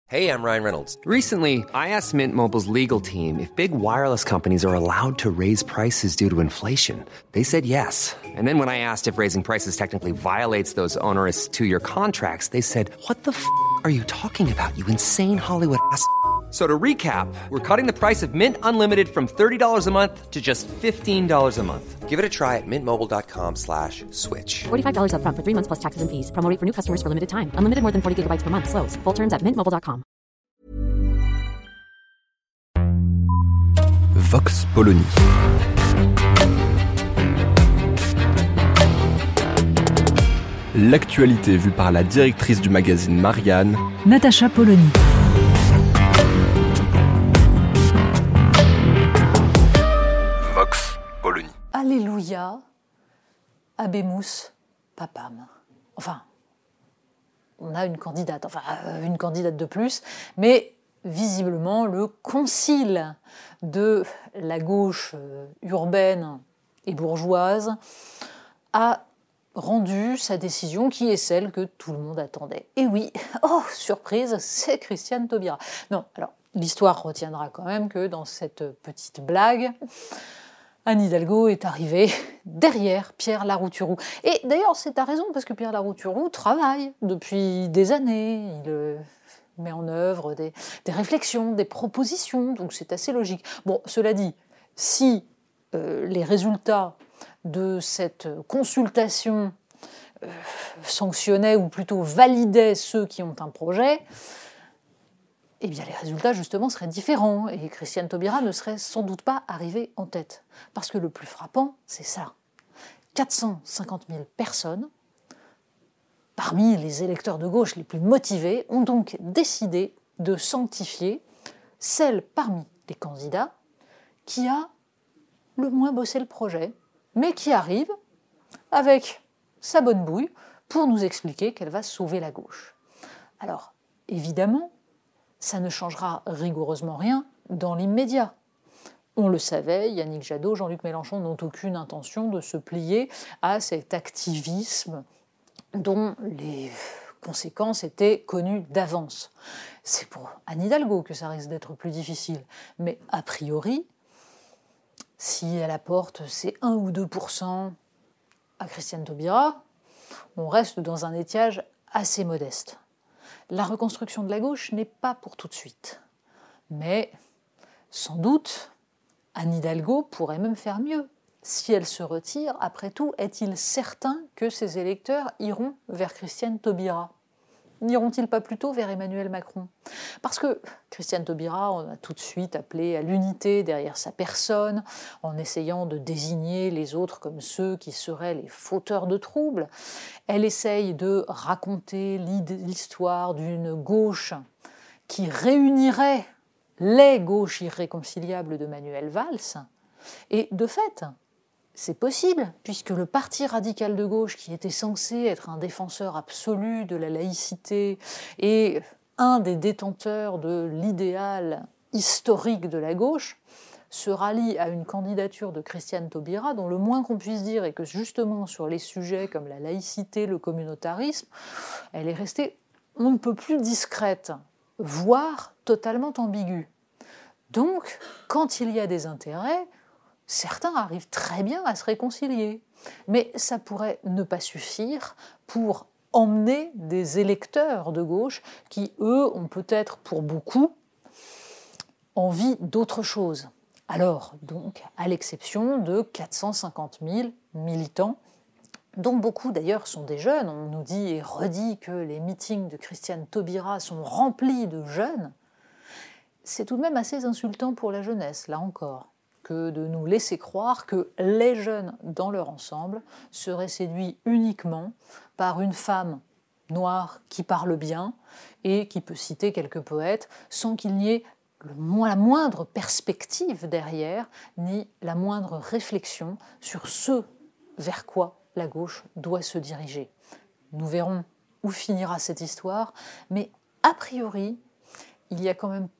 Hey, I'm Ryan Reynolds. Recently, I asked Mint Mobile's legal team if big wireless companies are allowed to raise prices due to inflation. They said yes. And then when I asked if raising prices technically violates those onerous two-year contracts, they said, "What the f*** are you talking about, you insane Hollywood ass?" So to recap, we're cutting the price of Mint Unlimited from $30 a month to just $15 a month. Give it a try at mintmobile.com/switch. $45 up front for 3 months plus taxes and fees. Promo rate for new customers for limited time. Unlimited more than 40 gigabytes per month. Slows full terms at mintmobile.com. Vox Polony. L'actualité vue par la directrice du magazine Marianne, Natacha Polony. Vox Polony. Alléluia, Habemus Papam. Enfin, on a une candidate de plus, mais visiblement le concile de la gauche urbaine et bourgeoise a rendu sa décision qui est celle que tout le monde attendait. Et oui, oh surprise, c'est Christiane Taubira. Non, alors l'histoire retiendra quand même que dans cette petite blague, Anne Hidalgo est arrivée derrière Pierre Larouturou. Et d'ailleurs, c'est à raison, parce que Pierre Larouturou travaille depuis des années. Il met en œuvre des réflexions, des propositions, donc c'est assez logique. Bon, cela dit, si les résultats de cette consultation sanctionnaient, ou plutôt validaient ceux qui ont un projet, eh bien les résultats justement seraient différents et Christiane Taubira ne serait sans doute pas arrivée en tête. Parce que le plus frappant, c'est ça. 450 000 personnes, parmi les électeurs de gauche les plus motivés, ont donc décidé de sanctifier celle parmi les candidats qui a le moins bossé le projet, mais qui arrive avec sa bonne bouille pour nous expliquer qu'elle va sauver la gauche. Alors, évidemment, ça ne changera rigoureusement rien dans l'immédiat. On le savait, Yannick Jadot, Jean-Luc Mélenchon n'ont aucune intention de se plier à cet activisme dont les conséquences étaient connues d'avance. C'est pour Anne Hidalgo que ça risque d'être plus difficile. Mais a priori, si elle apporte ces 1 ou 2% à Christiane Taubira, on reste dans un étiage assez modeste. La reconstruction de la gauche n'est pas pour tout de suite. Mais, sans doute, Anne Hidalgo pourrait même faire mieux. Si elle se retire, après tout, est-il certain que ses électeurs iront vers Christiane Taubira ? N'iront-ils pas plutôt vers Emmanuel Macron ? Parce que Christiane Taubira, on a tout de suite appelé à l'unité derrière sa personne, en essayant de désigner les autres comme ceux qui seraient les fauteurs de troubles. Elle essaye de raconter l'histoire d'une gauche qui réunirait les gauches irréconciliables de Manuel Valls. Et de fait, c'est possible, puisque le parti radical de gauche, qui était censé être un défenseur absolu de la laïcité et un des détenteurs de l'idéal historique de la gauche, se rallie à une candidature de Christiane Taubira, dont le moins qu'on puisse dire est que justement sur les sujets comme la laïcité, le communautarisme, elle est restée on ne peut plus discrète, voire totalement ambiguë. Donc, quand il y a des intérêts, certains arrivent très bien à se réconcilier. Mais ça pourrait ne pas suffire pour emmener des électeurs de gauche qui, eux, ont peut-être pour beaucoup envie d'autre chose. Alors, donc, à l'exception de 450 000 militants, dont beaucoup d'ailleurs sont des jeunes, on nous dit et redit que les meetings de Christiane Taubira sont remplis de jeunes, c'est tout de même assez insultant pour la jeunesse, là encore, que de nous laisser croire que les jeunes, dans leur ensemble, seraient séduits uniquement par une femme noire qui parle bien et qui peut citer quelques poètes sans qu'il n'y ait la moindre perspective derrière, ni la moindre réflexion sur ce vers quoi la gauche doit se diriger. Nous verrons où finira cette histoire, mais a priori, il y a quand même peu de chances que ça renverse la donne dans cette présidentielle. 100%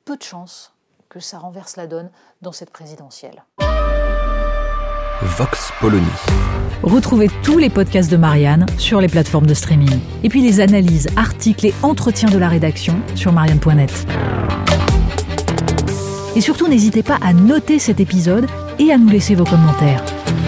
Vox Polony. Retrouvez tous les podcasts de Marianne sur les plateformes de streaming. Et puis les analyses, articles et entretiens de la rédaction sur marianne.net. Et surtout, n'hésitez pas à noter cet épisode et à nous laisser vos commentaires.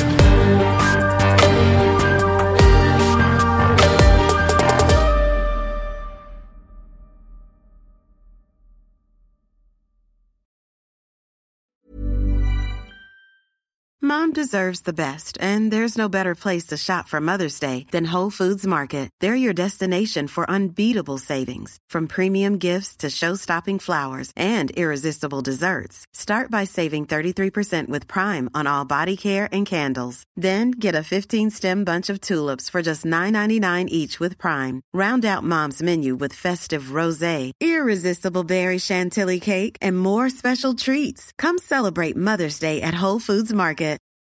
Mom deserves the best, and there's no better place to shop for Mother's Day than Whole Foods Market. They're your destination for unbeatable savings, from premium gifts to show-stopping flowers and irresistible desserts. Start by saving 33% with Prime on all body care and candles. Then get a 15-stem bunch of tulips for just $9.99 each with Prime. Round out Mom's menu with festive rosé, irresistible berry chantilly cake, and more special treats. Come celebrate Mother's Day at Whole Foods Market.